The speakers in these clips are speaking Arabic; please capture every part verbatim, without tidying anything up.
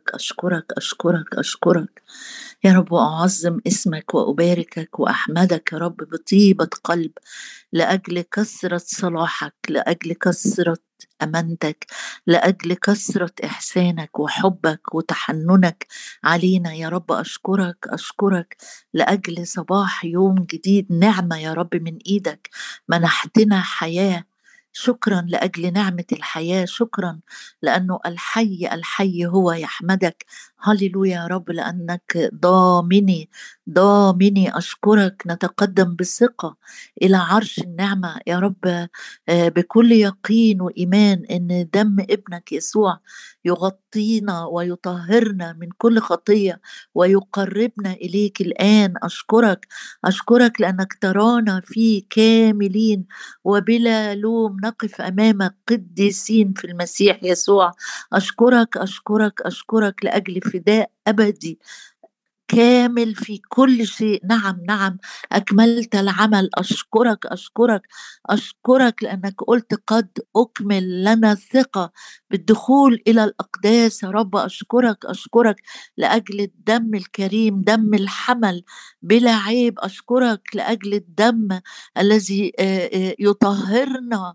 أشكرك أشكرك أشكرك أشكرك يا رب، وأعظم اسمك وأباركك وأحمدك يا رب بطيبة قلب، لأجل كثرة صلاحك، لأجل كثرة أمانتك، لأجل كثرة إحسانك وحبك وتحننك علينا يا رب. أشكرك أشكرك لأجل صباح يوم جديد، نعمة يا رب من إيدك، منحتنا حياة. شكرا لأجل نعمة الحياة، شكرا لأنه الحي الحي هو يحمدك. هللويا يا رب، لأنك ضامني ضامني. أشكرك، نتقدم بثقة إلى عرش النعمة يا رب، آه، بكل يقين وإيمان إن دم ابنك يسوع يغطينا ويطهرنا من كل خطية ويقربنا إليك الآن. أشكرك أشكرك لأنك ترانا في كاملين وبلا لوم نقف أمامك قديسين في المسيح يسوع. أشكرك أشكرك أشكرك لأجل فداء أبدي كامل في كل شيء. نعم نعم، أكملت العمل. أشكرك أشكرك أشكرك لأنك قلت قد أكمل، لنا الثقة بالدخول إلى الأقداس يا رب. أشكرك أشكرك لأجل الدم الكريم، دم الحمل بلا عيب. أشكرك لأجل الدم الذي آه، آه، يطهرنا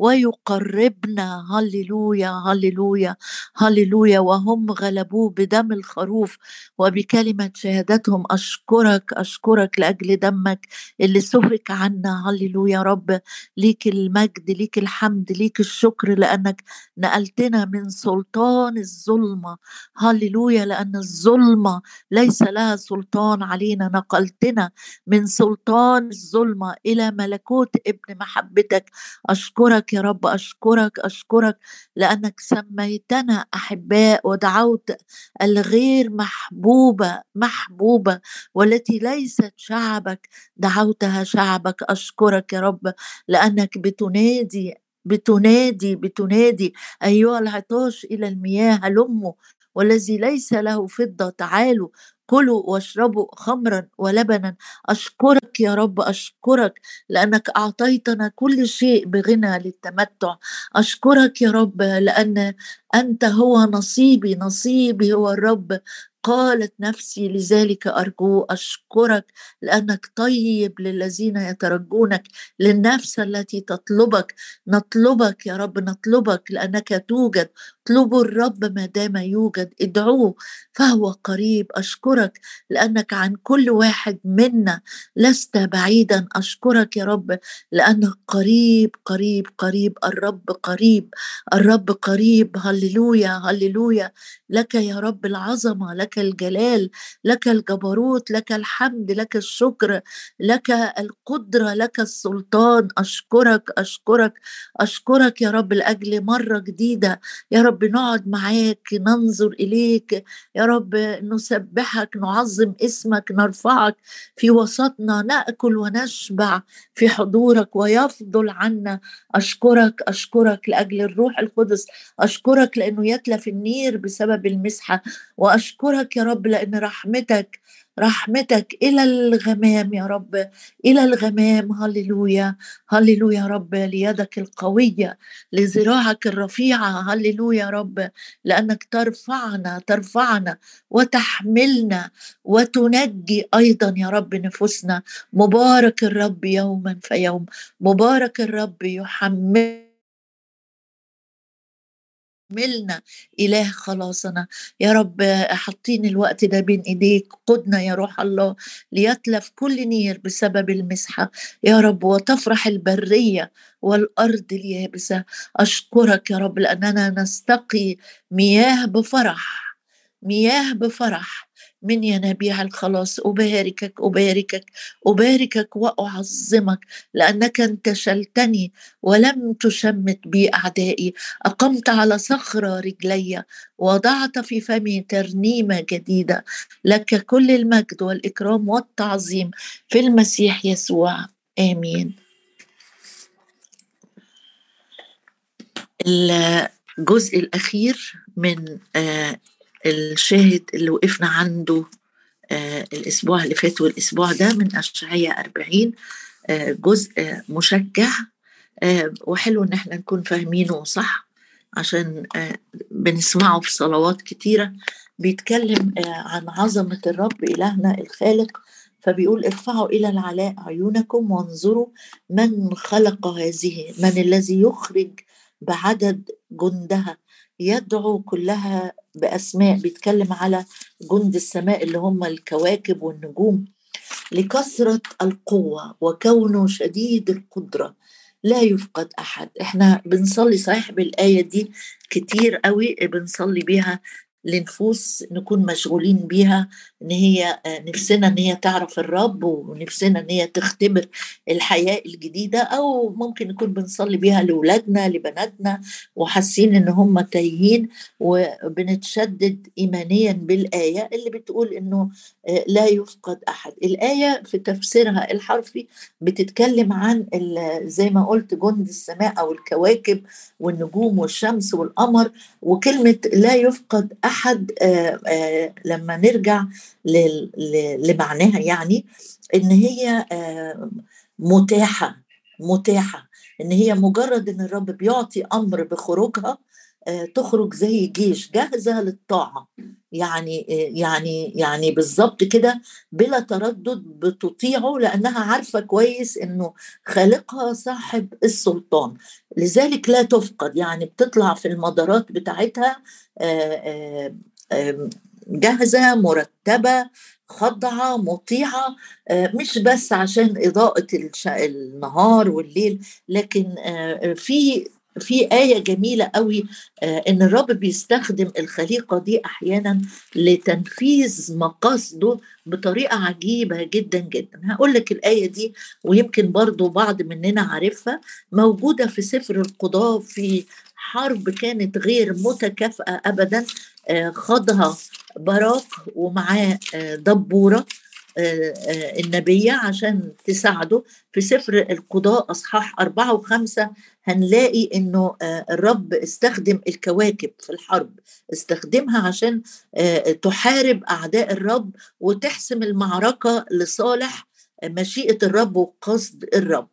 ويقربنا. هللويا هللويا هللويا. وهم غلبوه بدم الخروف وبكلمة شهادتهم. أشكرك أشكرك لأجل دمك اللي سفك عنا. هللويا يا رب، ليك المجد، ليك الحمد، ليك الشكر، لأنك نقلتنا من سلطان الظلمة. هللويا، لأن الظلمة ليس لها سلطان علينا. نقلتنا من سلطان الظلمة إلى ملكوت ابن محبتك. أشكرك يا رب، أشكرك أشكرك لأنك سميتنا أحباء ودعوت الغير محبوبة محبوبة، والتي ليست شعبك دعوتها شعبك. أشكرك يا رب لأنك بتنادي بتنادي بتنادي أيها العطاش إلى المياه هلموا، والذي ليس له فضة تعالوا كلوا واشربوا خمرا ولبنا. أشكرك يا رب، أشكرك لأنك أعطيتنا كل شيء بغنى للتمتع. أشكرك يا رب لأن أنت هو نصيبي، نصيبي هو الرب، قالت نفسي لذلك أرجو. أشكرك لأنك طيب للذين يترجونك، للنفس التي تطلبك. نطلبك يا رب، نطلبك لأنك توجد. اطلبوا الرب ما دام يوجد، ادعوه فهو قريب. أشكرك لأنك عن كل واحد منا لست بعيدا. أشكرك يا رب لأنك قريب قريب قريب. الرب قريب، الرب قريب. هللويا هللويا. لك يا رب العظمة، لك الجلال، لك الجبروت، لك الحمد، لك الشكر، لك القدرة، لك السلطان. أشكرك أشكرك أشكرك يا رب لأجل مرة جديدة يا رب نقعد معاك، ننظر إليك يا رب، نسبحك، نعظم اسمك، نرفعك في وسطنا، نأكل ونشبع في حضورك ويفضل عنا. أشكرك أشكرك لأجل الروح القدس. أشكرك لأنه يتلف النير بسبب المسحة. وأشكرك يا رب لأن رحمتك رحمتك إلى الغمام يا رب، إلى الغمام. هللويا هللويا يا رب، ليدك القوية، لذراعك الرفيعة. هللويا يا رب لأنك ترفعنا ترفعنا وتحملنا وتنجي أيضا يا رب نفوسنا. مبارك الرب يوما فيوم، مبارك الرب يحمل ملنا إله خلاصنا. يا رب حاطين الوقت ده بين إيديك، قدنا يا روح الله ليتلف كل نير بسبب المسحة يا رب، وتفرح البرية والأرض اليابسة. أشكرك يا رب لأننا نستقي مياه بفرح، مياه بفرح من ينابيع الخلاص. أباركك أباركك أباركك وأعظمك لأنك انتشلتني ولم تشمت بي أعدائي. أقمت على صخرة رجلي، وضعت في فمي ترنيمة جديدة. لك كل المجد والإكرام والتعظيم في المسيح يسوع، آمين. الجزء الأخير من آه الشاهد اللي وقفنا عنده آه الأسبوع اللي فات والأسبوع ده من أشعياء أربعين، آه جزء آه مشجع، آه وحلو إن احنا نكون فاهمينه صح، عشان آه بنسمعه في صلوات كتيرة بيتكلم آه، عن عظمة الرب إلهنا الخالق. فبيقول ارفعوا إلى العلاء عيونكم وانظروا من خلق هذه، من الذي يخرج بعدد جندها، يدعو كلها بأسماء. بيتكلم على جند السماء اللي هم الكواكب والنجوم، لكثرة القوة وكونه شديد القدرة لا يفقد أحد. احنا بنصلي صحيح بالآية دي كتير قوي، بنصلي بيها لنفوس نكون مشغولين بيها، ان هي آه، نفسنا ان هي تعرف الرب، ونفسنا ان هي تختبر الحياة الجديدة، او ممكن نكون بنصلي بيها لولادنا لبناتنا وحاسين ان هم تايهين، وبنتشدد ايمانيا بالآية اللي بتقول انه آه، لا يفقد أحد. الآية في تفسيرها الحرفي بتتكلم عن ال- زي ما قلت جند السماء أو الكواكب والنجوم والشمس والقمر. وكلمة لا يفقد أحد آه، آه، لما نرجع لل- ل- لمعناها، يعني إن هي آه، متاحة. متاحة إن هي مجرد إن الرب بيعطي أمر بخروجها، آه، تخرج زي جيش جاهزة للطاعة. يعني يعني يعني بالظبط كده، بلا تردد بتطيعه، لأنها عارفة كويس إنه خالقها صاحب السلطان. لذلك لا تفقد، يعني بتطلع في المدارات بتاعتها آه، آه، آه، جاهزة مرتبة خاضعة مطيعة، آه، مش بس عشان إضاءة الش- النهار والليل، لكن آه، في في آية جميلة قوي، آه، إن الرب بيستخدم الخليقة دي أحيانا لتنفيذ مقاصده بطريقة عجيبة جدا جدا. هقول لك الآية دي، ويمكن برضو بعض مننا عارفها، موجودة في سفر القضاء، في حرب كانت غير متكافئة أبدا، آه، خاضها باراك ومعاه آه، دبورة آه، آه، النبية عشان تساعده. في سفر القضاء أصحاح أربعة وخمسة هنلاقي إنه آه، الرب استخدم الكواكب في الحرب، استخدمها عشان آه، تحارب أعداء الرب وتحسم المعركة لصالح مشيئة الرب وقصد الرب.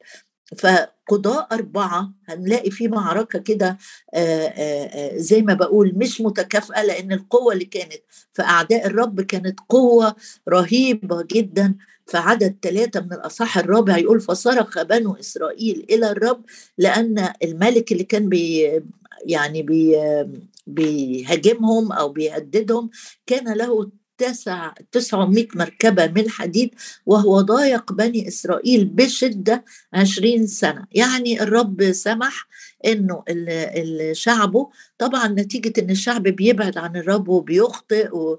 فقضاء أربعة هنلاقي في معركة كده آه، آه، آه، زي ما بقول مش متكافئة، لأن القوة اللي كانت في أعداء الرب كانت قوة رهيبة جدا. في عدد ثلاثة من الأصحاح الرابع يقول فصرخ بنو إسرائيل إلى الرب، لأن الملك اللي كان بي يعني بي بيهاجمهم أو بيهددهم كان له تسع تسعمائة مركبة من حديد، وهو ضايق بني إسرائيل بشدة عشرين سنة. يعني الرب سمح إنه شعبه، طبعا نتيجة إن الشعب بيبعد عن الرب وبيخطئ و-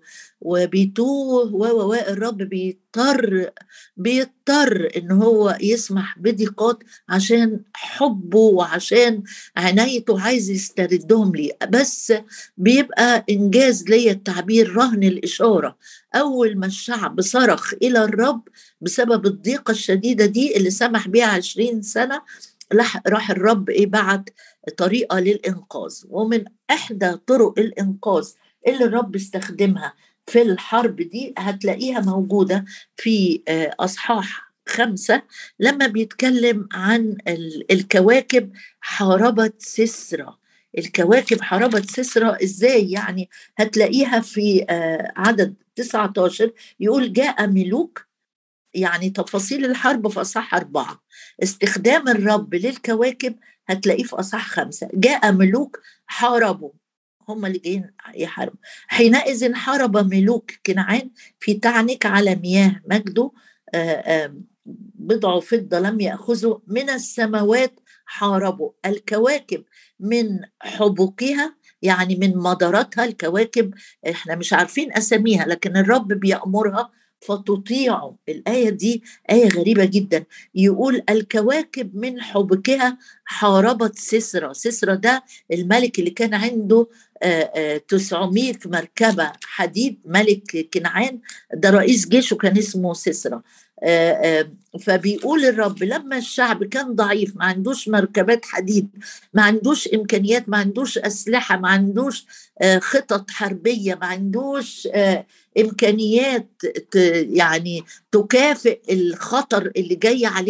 وبيتوه و و الرب بيضطر بيضطر إن هو يسمح بضيقات عشان حبه وعشان عنايته، عايز يستردهم ليه. بس بيبقى إنجاز ليا التعبير رهن الإشارة. أول ما الشعب صرخ إلى الرب بسبب الضيقة الشديدة دي اللي سمح بيها عشرين سنة، راح راح الرب إيه بعت طريقة للإنقاذ. ومن إحدى طرق الإنقاذ اللي الرب استخدمها في الحرب دي هتلاقيها موجودة في آه، أصحاح خمسة، لما بيتكلم عن ال- الكواكب حاربت سيسرا. الكواكب حاربت سيسرا ازاي؟ يعني هتلاقيها في آه، عدد تسعة عشر يقول جاء ملوك، يعني تفاصيل الحرب في أصحاح أربعة. استخدام الرب للكواكب هتلاقيه في أصحاح خمسة. جاء ملوك حاربوا، هم اللي جايين يحاربوا. حينئذ حارب ملوك كنعان في تعنك على مياه مجده، آه، آه، بضع فضة لم يأخذوا من السماوات، حاربوا الكواكب من حبوكها، يعني من مداراتها. الكواكب احنا مش عارفين أساميها، لكن الرب بيأمرها فتطيعوا. الآية دي آية غريبة جدا، يقول الكواكب من حبكها حاربت سيسرا. سيسرا ده الملك اللي كان عنده آه، آه، تسعمائة مركبة حديد، ملك كنعان ده رئيس جيشه كان اسمه سيسرا. آه، آه، فبيقول الرب لما الشعب كان ضعيف، ما عندوش مركبات حديد، ما عندوش إمكانيات، ما عندوش أسلحة، ما عندوش آه، خطط حربية، ما عندوش آه، إمكانيات ت- يعني تكافئ الخطر اللي جاي عليه،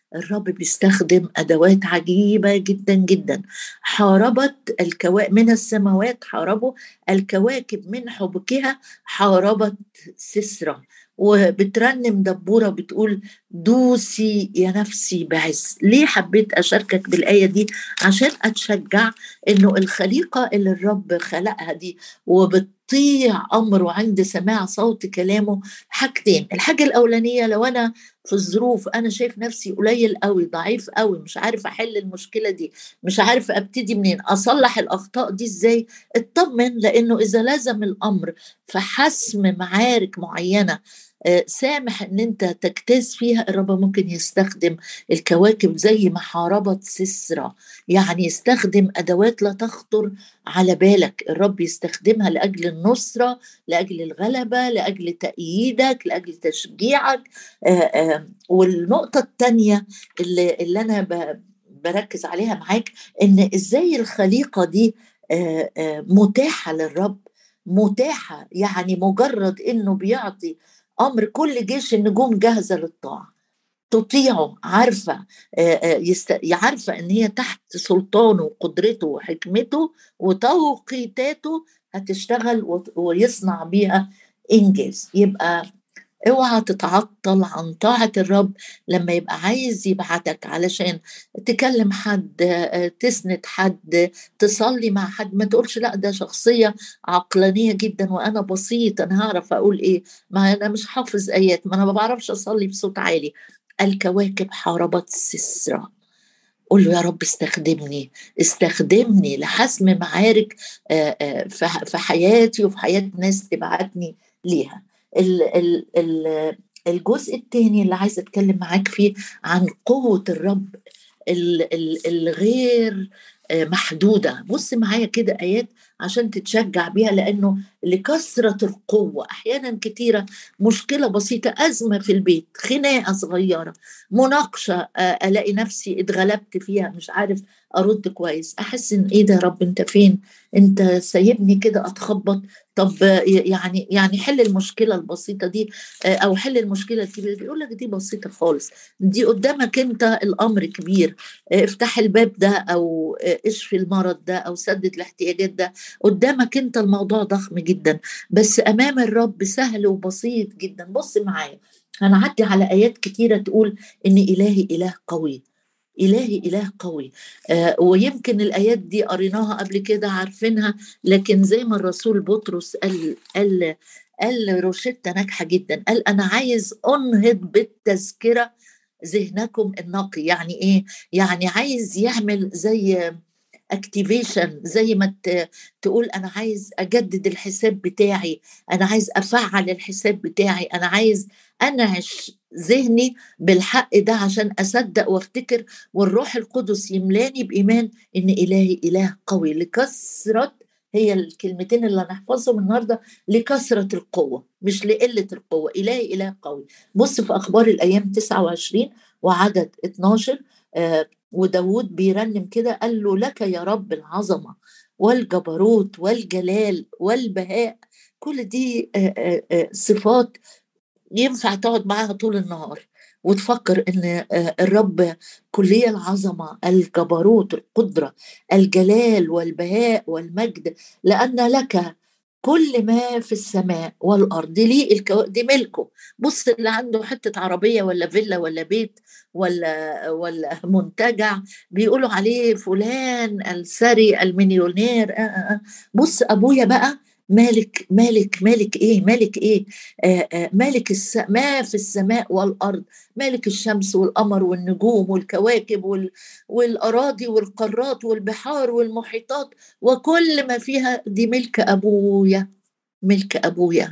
الرب بيستخدم أدوات عجيبة جدا جدا. حاربت الكواكب من السماوات، حاربوا الكواكب من حبكها، حاربت سسرة. وبترنم دبورة بتقول: دوسي يا نفسي بعز. ليه حبيت أشاركك بالآية دي؟ عشان أتشجع إنه الخليقة اللي الرب خلقها دي وبتطيع أمره عند سماع صوت كلامه، حاجتين. الحاجة الأولانية، لو أنا في الظروف أنا شايف نفسي قليل قوي، ضعيف قوي، مش عارف أحل المشكلة دي، مش عارف أبتدي منين، أصلح الأخطاء دي إزاي، اطمن، لأنه إذا لازم الأمر في حسم معارك معينة، آه، سامح ان انت تجتاز فيها، الرب ممكن يستخدم الكواكب زي ما حاربت سسرة. يعني يستخدم ادوات لا تخطر على بالك، الرب يستخدمها لاجل النصرة، لاجل الغلبة، لاجل تأييدك، لاجل تشجيعك. آه، آه، والنقطة التانية اللي, اللي انا ب- بركز عليها معاك، ان ازاي الخليقة دي آه، آه، متاحة للرب. متاحة يعني مجرد انه بيعطي امر، كل جيش النجوم جاهزة للطاعة، تطيعه، عارفة، آه، آه، يست... عارفة ان هي تحت سلطانه وقدرته وحكمته وتوقيتاته، هتشتغل وت- ويصنع بيها انجاز. يبقى اوعى تتعطل عن طاعة الرب لما يبقى عايز يبعتك علشان تكلم حد، آه، تسند حد، تصلي مع حد. ما تقولش لا ده شخصية عقلانية جدا وانا بسيط، انا هعرف اقول ايه، ما انا مش حافظ ايات، ما انا ما بعرفش اصلي بصوت عالي. الكواكب حاربت سسرة. قول له: يا رب استخدمني، استخدمني لحسم معارك آه، آه، في ح- في حياتي وفي حياة ناس تبعتني ليها. ال- ال- ال- الجزء الثاني اللي عايزة أتكلم معاك فيه عن قوة الرب ال- ال- الغير آه، محدودة. بص معايا كده آيات عشان تتشجع بيها، لأنه لكثرة القوة أحيانا كتيرة، مشكلة بسيطة، أزمة في البيت، خناقة صغيرة، مناقشة، آه، ألاقي نفسي اتغلبت فيها، مش عارف أرد كويس، أحس إن إيه ده يا رب، أنت فين؟ أنت سايبني كده أتخبط؟ طب آه، يعني يعني حل المشكلة البسيطة دي، آه، أو حل المشكلة الكبيرة دي. يقول لك دي بسيطة خالص، دي قدامك أنت الأمر كبير. آه، افتح الباب ده، أو آه، اشفي المرض ده، أو سدد الاحتياجات ده. قدامك أنت الموضوع ضخم جدا، بس أمام الرب سهل وبسيط جدا. بص معايا، هنعدي على آيات كتيرة تقول إن إلهي إله قوي، إلهي إله قوي. آه ويمكن الآيات دي قريناها قبل كده، عارفينها، لكن زي ما الرسول بطرس قال قال قال روشتة ناجحة جدا، قال: أنا عايز أنهض بالتذكرة ذهنكم النقي. يعني إيه؟ يعني عايز يعمل زي اكتيفيشن، زي ما ت- تقول انا عايز اجدد الحساب بتاعي، انا عايز افعل الحساب بتاعي، انا عايز انعش ذهني بالحق ده عشان اصدق وافتكر، والروح القدس يملاني بايمان ان الهي اله قوي لكثره. هي الكلمتين اللي هنحفظهم النهارده: لكثره القوه، مش لقله القوه. الهي اله قوي. بص في اخبار الايام تسعة وعشرين وعدد اتناشر، آه وداود بيرنم كده، قال له: لك يا رب العظمة والجبروت والجلال والبهاء. كل دي آه، آه، آه، صفات ينفع تقعد معاها طول النهار وتفكر ان آه، الرب كلية العظمة، الجبروت، القدرة، الجلال والبهاء والمجد، لأن لك كل ما في السماء والأرض. ليه الكو... دي ملكه. بص، اللي عنده حتة عربية ولا فيلا ولا بيت ولا ولا منتجع، بيقولوا عليه فلان الثري المليونير. آه آه. آه. بص أبويا بقى مالك، مالك مالك ايه، مالك ايه، آه آه مالك الس... ما في السماء والارض، مالك الشمس والقمر والنجوم والكواكب وال... والاراضي والقارات والبحار والمحيطات وكل ما فيها. دي ملك ابويا، ملك ابويا.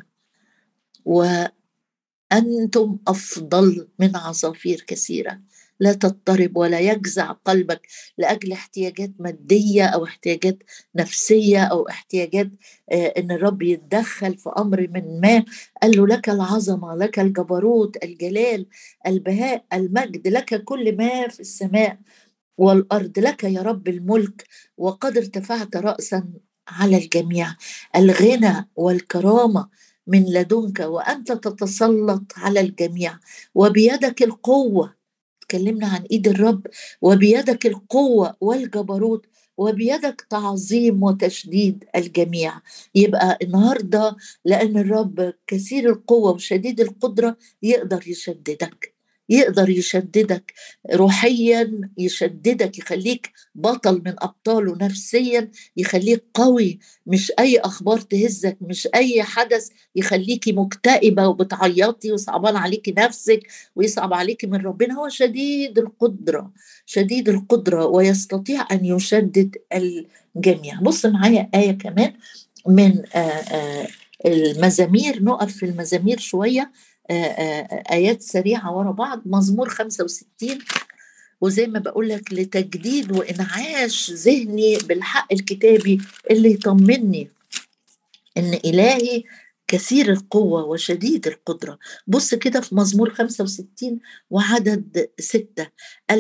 أنتم أفضل من عصافير كثيرة. لا تضطرب ولا يجزع قلبك لأجل احتياجات مادية أو احتياجات نفسية أو احتياجات آه، إن الرب يتدخل في أمر من ما. قال له: لك العظمة، لك الجبروت، الجلال، البهاء، المجد، لك كل ما في السماء والأرض، لك يا رب الملك، وقد ارتفعت رأسا على الجميع. الغنى والكرامة من لدنك، وأنت تتسلط على الجميع، وبيدك القوة اتكلمنا عن ايد الرب، وبيدك القوة والجبروت، وبيدك تعظيم وتشديد الجميع. يبقى النهاردة لأن الرب كثير القوة وشديد القدرة يقدر يشددك، يقدر يشددك روحيا، يشددك يخليك بطل من أبطاله، نفسيا يخليك قوي، مش أي أخبار تهزك، مش أي حدث يخليكي مكتئبة وبتعيطي وصعبان عليكي نفسك ويصعب عليكي من ربنا. هو شديد القدرة، شديد القدرة ويستطيع أن يشدد الجميع. بص معايا آية كمان من آه، آه، المزامير، نقف في المزامير شوية، آه، آه، آيات سريعة ورا بعض. مزمور خمسة وستين، وزي ما بقول لك لتجديد وإنعاش ذهني بالحق الكتابي اللي يطمني إن إلهي كثير القوة وشديد القدرة. بص كده في مزمور خمسة وستين وعدد ستة: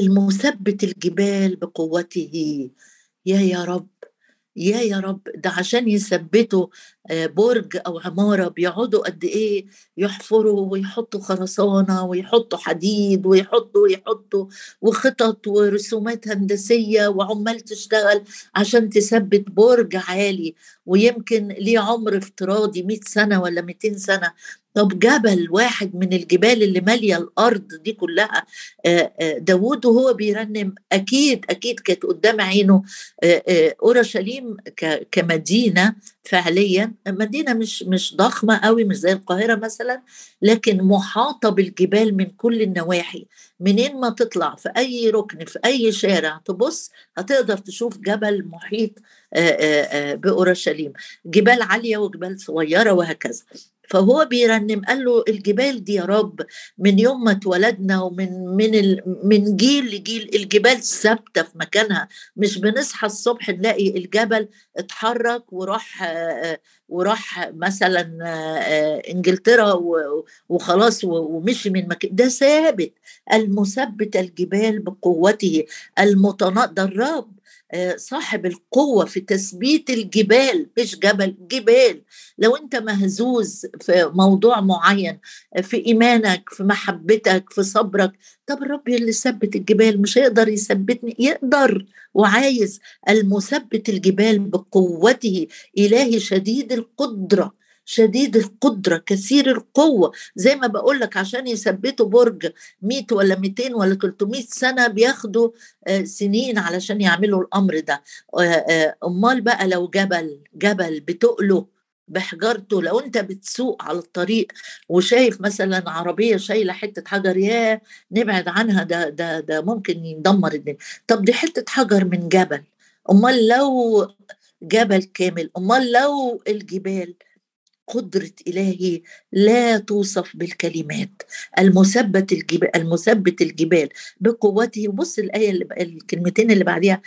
المثبت الجبال بقوته. يا يا رب، يا يا رب، ده عشان يثبتوا آه، برج أو عمارة بيقعدوا قد إيه؟ يحفروا ويحطوا خرسانة ويحطوا حديد ويحطوا ويحطوا وخطط ورسومات هندسية وعمال تشتغل عشان تثبت برج عالي، ويمكن ليه عمر افتراضي مئة سنة ولا مئتين سنة. طب جبل واحد من الجبال اللي مالية الأرض دي كلها، آه، آه، داود وهو بيرنم أكيد أكيد كانت قدام عينه آه، آه، أورشليم ك- كمدينة، فعليا مدينة مش مش ضخمة قوي، مش زي القاهرة مثلا، لكن محاطة بالجبال من كل النواحي. منين ما تطلع في أي ركن في أي شارع تبص هتقدر تشوف جبل محيط آه، آه، آه، بأورشليم، جبال عالية وجبال صغيرة وهكذا. فهو بيرنم قال له الجبال دي يا رب من يوم ما اتولدنا ومن من ال من جيل لجيل الجبال ثابته في مكانها، مش بنصحى الصبح نلاقي الجبل اتحرك وراح آه، وراح مثلا آه، آه، انجلترا و- وخلاص و- ومشي من مكان، ده ثابت. المثبت الجبال بقوته، المتناقض، ده الرب آه، صاحب القوة في تثبيت الجبال، مش جبل، جبال. لو انت مهزوز في موضوع معين، في إيمانك، في محبتك، في صبرك، طب الرب اللي ثبت الجبال مش هيقدر يثبتني؟ يقدر وعايز. المثبت الجبال بقوته، إلهي شديد القدرة، شديد القدرة كثير القوة. زي ما بقول لك عشان يثبتوا برج مئة ولا مئتين ولا ثلاثمئة سنة بياخدوا آه، سنين علشان يعملوا الأمر ده. آه، آه، أمال بقى لو جبل، جبل بتقله بحجارته، لو انت بتسوق على الطريق وشايف مثلا عربية شايلة حتة حجر، يا نبعد عنها، ده ده ده ممكن يدمر الدنيا. طب دي حتة حجر من جبل، امال لو جبل كامل، امال لو الجبال. قدرة إلهي لا توصف بالكلمات. المثبت الجبال، المثبت الجبال بقوته. وبص الآية اللي الكلمتين اللي بعديها: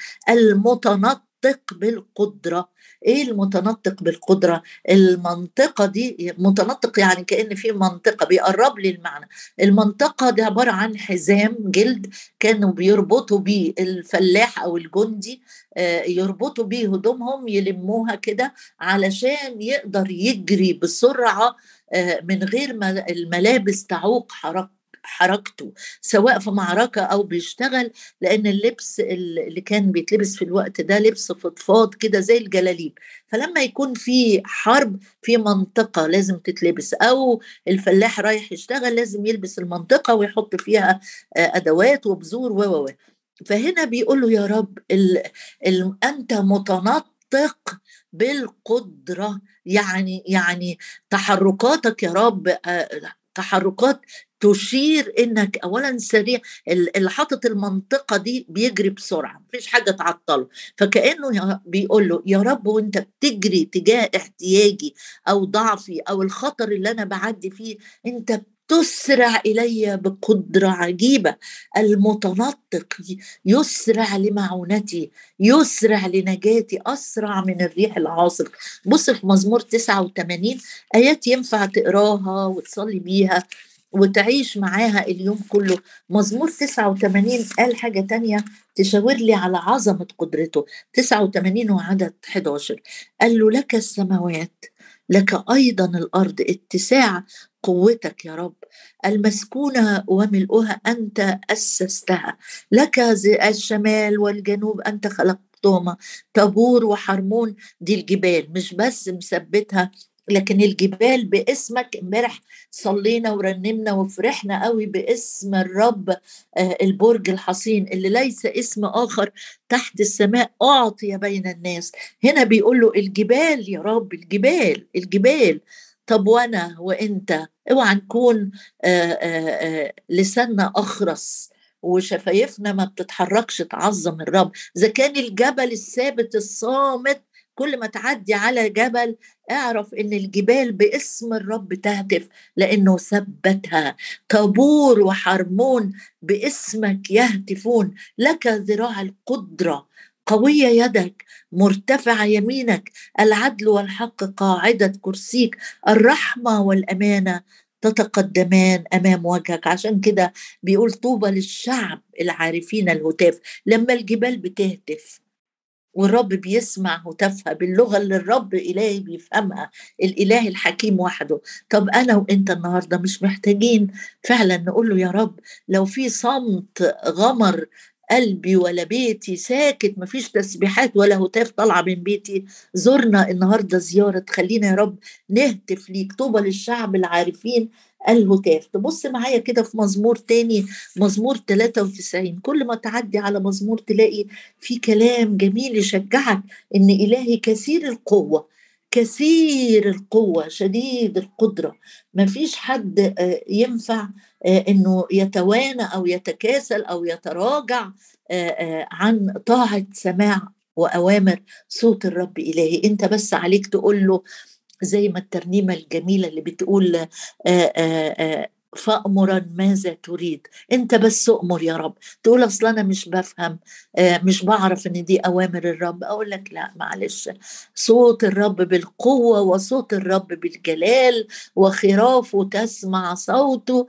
المتنطق بالقدرة. ايه المتنطق بالقدرة؟ المنطقة دي متنطق يعني كأن في منطقة، بيقرب لي المعنى. المنطقة دي عبارة عن حزام جلد كانوا بيربطوا بيه الفلاح أو الجندي، آه، يربطوا بيه هدومهم يلموها كده علشان يقدر يجري بسرعة آه، من غير ما الملابس تعوق حركته، حركته سواء في معركة أو بيشتغل. لأن اللبس اللي كان بيتلبس في الوقت ده لبس فضفاض كده زي الجلاليب، فلما يكون في حرب في منطقة لازم تتلبس، أو الفلاح رايح يشتغل لازم يلبس المنطقة ويحط فيها آه، أدوات وبذور و و فهنا بيقول له يا رب ال ال أنت متنطق بالقدرة، يعني يعني تحركاتك يا رب آه، تحركات تشير انك اولا سريع. اللي حاطط المنطقه دي بيجري بسرعه، مفيش حاجه تعطله. فكانه يا- بيقول له يا رب وانت بتجري تجاه احتياجي او ضعفي او الخطر اللي انا بعدي فيه، انت تسرع الي بقدره عجيبه. المتنطق يسرع لمعونتي، يسرع لنجاتي أسرع من الريح العاصف. بص في مزمور تسعة وثمانين، آيات ينفع تقراها وتصلي بيها وتعيش معاها اليوم كله. مزمور تسعة وثمانين قال حاجة تانية تشاور لي على عظمة قدرته. تسعة وثمانين وعدد حداشر قال له لك السماوات، لك أيضا الأرض اتساع قوتك يا رب. المسكونة وملؤها أنت أسستها، لك زي الشمال والجنوب أنت خلقتهما. طابور وحرمون دي الجبال مش بس مثبتها، لكن الجبال باسمك. امبارح صلينا ورنمنا وفرحنا قوي باسم الرب. آه، البرج الحصين اللي ليس اسم آخر تحت السماء أعطي بين الناس. هنا بيقول له الجبال يا رب، الجبال الجبال. طب وانا وانت اوعى نكون آآ آآ لساننا اخرس وشفايفنا ما بتتحركش تعظم الرب. اذا كان الجبل الثابت الصامت، كل ما تعدي على جبل اعرف ان الجبال باسم الرب تهتف لانه ثبتها. طابور وحرمون باسمك يهتفون، لك ذراع القدرة، قوية يدك، مرتفع يمينك، العدل والحق قاعدة كرسيك، الرحمة والأمانة تتقدمان أمام وجهك. عشان كده بيقول طوبى للشعب العارفين الهتاف. لما الجبال بتهتف والرب بيسمع هتافها باللغة اللي الرب إلهي بيفهمها، الإله الحكيم وحده. طب أنا وإنت النهاردة مش محتاجين فعلا نقول له يا رب لو في صمت غمر قلبي ولا بيتي ساكت، مفيش تسبيحات ولا هتاف طالعة من بيتي، زورنا النهاردة زيارة تخلينا يا رب نهتف ليك. طوبى للشعب العارفين الهتاف. تبص معايا كده في مزمور تاني، مزمور ثلاثة وتسعين. كل ما تعدي على مزمور تلاقي في كلام جميل يشجعك ان الهي كثير القوه، كثير القوه شديد القدره. ما فيش حد آه، ينفع آه، انه يتوانى او يتكاسل او يتراجع آه، آه، عن طاعه سماع واوامر صوت الرب الهي. انت بس عليك تقول له زي ما الترنيمة الجميلة اللي بتقول آآ آآ فأمرا ماذا تريد. انت بس أؤمر يا رب. تقول اصل انا مش بفهم، آه، مش بعرف ان دي اوامر الرب. اقول لك لا معلش، صوت الرب بالقوة وصوت الرب بالجلال، وخرافه تسمع صوته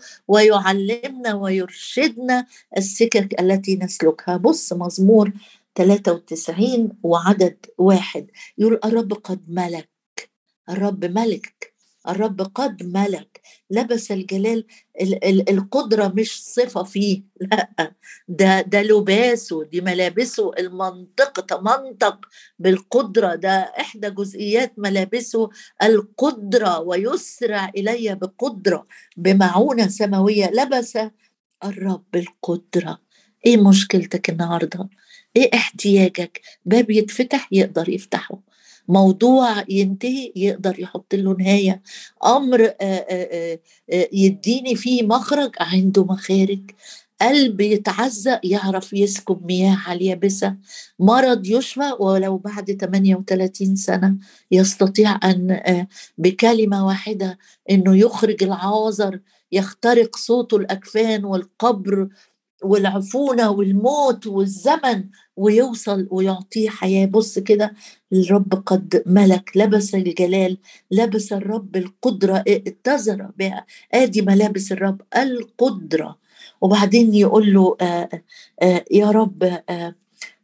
ويعلمنا ويرشدنا السكك التي نسلكها. بص مزمور ثلاثة وتسعين وعدد واحد يقول الرب قد ملك، الرب ملك، الرب قد ملك. لبس الجلال. ال- ال- القدرة مش صفة فيه، لا، ده ده لباسه، دي ملابسه. المنطق تمنطق بالقدرة، ده إحدى جزئيات ملابسه القدرة. ويسرع إلي بقدرة بمعونة سماوية. لبس الرب القدرة. إيه مشكلتك النهاردة؟ إيه احتياجك؟ باب يتفتح يقدر يفتحه، موضوع ينتهي يقدر يحط له نهاية، أمر آه، آه، آه، يديني فيه مخرج عنده مخارج، قلب يتعزى يعرف يسكب مياه على اليابسة، مرض يشفى ولو بعد ثمانية وثلاثين سنة، يستطيع أن آه، بكلمة واحدة أنه يخرج العازر، يخترق صوته الأكفان والقبر والعفونة والموت والزمن، ويوصل ويعطيه حياة. بص كده، الرب قد ملك، لبس الجلال، لبس الرب القدرة، اتزر بها. ادي ملابس الرب القدرة. وبعدين يقول له آآ آآ يا رب آآ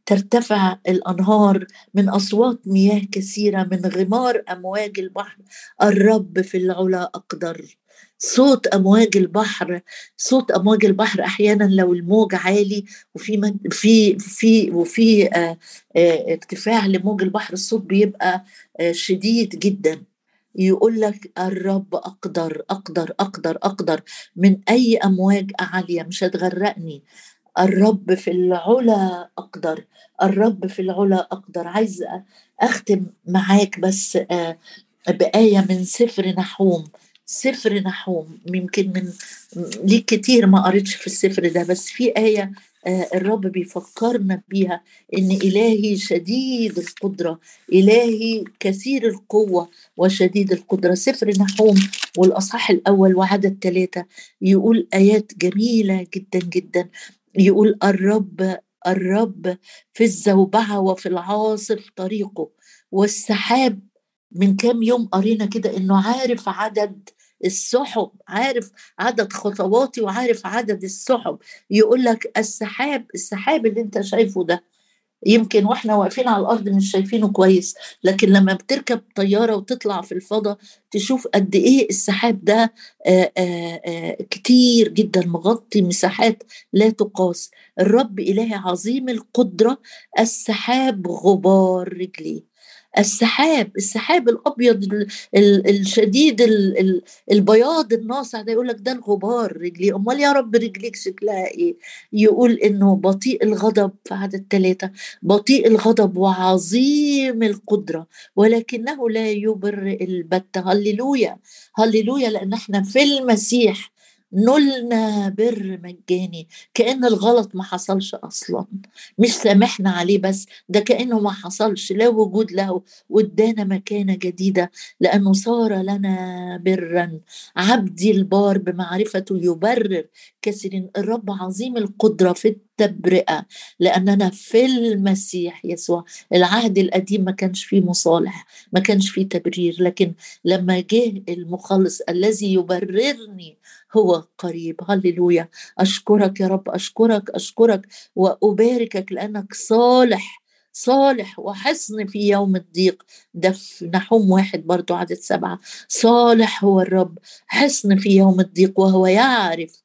ترتفع الأنهار من أصوات مياه كثيرة، من غمار أمواج البحر. الرب في العلا أقدر. صوت أمواج البحر، صوت أمواج البحر أحيانا لو الموج عالي وفي مد- في في وفي آه، آه، ارتفاع لموج البحر، الصوت بيبقى آه، شديد جدا. يقول لك الرب أقدر أقدر أقدر أقدر من أي أمواج عالية، مش هتغرقني. الرب في العلا أقدر، الرب في العلا أقدر. عايز أختم معاك بس آه، بآية من سفر نحوم. سفر نحوم يمكن من ليك كتير ما قريتش في السفر ده، بس في آية آه، الرب بيفكرنا بيها إن إلهي شديد القدرة، إلهي كثير القوة وشديد القدرة. سفر نحوم والأصحاح الأول وعدد ثلاثة يقول آيات جميلة جدا جدا. يقول الرب، الرب في الزوبعة وفي العاصف طريقه، والسحاب. من كام يوم قرينا كده انه عارف عدد السحب، عارف عدد خطواتي وعارف عدد السحب. يقول لك السحاب، السحاب اللي انت شايفه ده يمكن واحنا واقفين على الارض مش شايفينه كويس، لكن لما بتركب طياره وتطلع في الفضاء تشوف قد ايه السحاب ده آآ آآ كتير جدا، مغطي مساحات لا تقاس. الرب إلهي عظيم القدرة، السحاب غبار رجليه. السحاب السحاب الابيض ال- ال- الشديد ال- ال- البياض الناصع ده، يقول لك ده الغبار رجليه. امال يا رب رجليك شكلها ايه؟ يقول انه بطيء الغضب في عدد ثلاثة، بطيء الغضب وعظيم القدرة ولكنه لا يبر البتة. هللويا، هللويا، لأن احنا في المسيح نلنا بر مجاني، كأن الغلط ما حصلش أصلا، مش سامحنا عليه بس، ده كأنه ما حصلش، لا وجود له، وادانا مكانة جديدة لأنه صار لنا برا. عبدي البار بمعرفته يبرر كثيرين. الرب عظيم القدرة في التبرئة لأننا في المسيح يسوع. العهد القديم ما كانش فيه مصالح، ما كانش فيه تبرير، لكن لما جه المخلص الذي يبررني هو قريب. هللويا، أشكرك يا رب، أشكرك أشكرك وأباركك لأنك صالح، صالح وحصن في يوم الضيق. ده في نحوم واحد برضو عدد سبعة. صالح هو الرب، حصن في يوم الضيق، وهو يعرف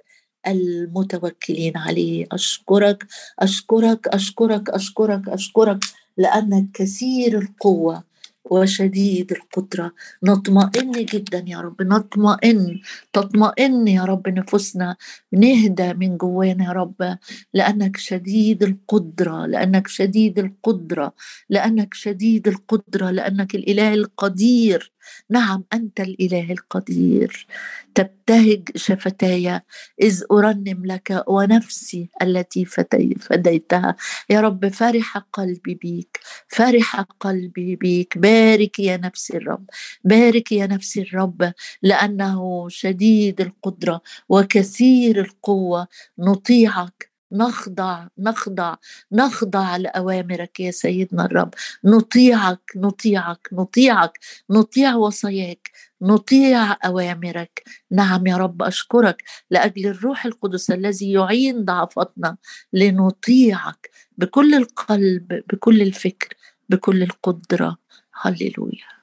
المتوكلين عليه. أشكرك أشكرك أشكرك أشكرك أشكرك لأنك كثير القوة وشديد القدرة. نطمئن جدا يا رب، نطمئن، تطمئن يا رب نفوسنا، نهدى من جوانا يا رب، لأنك شديد القدرة، لأنك شديد القدرة، لأنك شديد القدرة، لأنك الإله القدير. نعم أنت الإله القدير. تبتهج شفتاي إذ أرنم لك، ونفسي التي فتي- فديتها. يا رب فرح قلبي بيك، فرح قلبي بيك. بارك يا نفسي الرب، بارك يا نفسي الرب، لأنه شديد القدرة وكثير القوة. نطيعك، نخضع نخضع نخضع لأوامرك يا سيدنا الرب. نطيعك نطيعك نطيعك، نطيع وصاياك، نطيع أوامرك. نعم يا رب، أشكرك لأجل الروح القدس الذي يعين ضعفتنا لنطيعك بكل القلب، بكل الفكر، بكل القدرة. هللويا.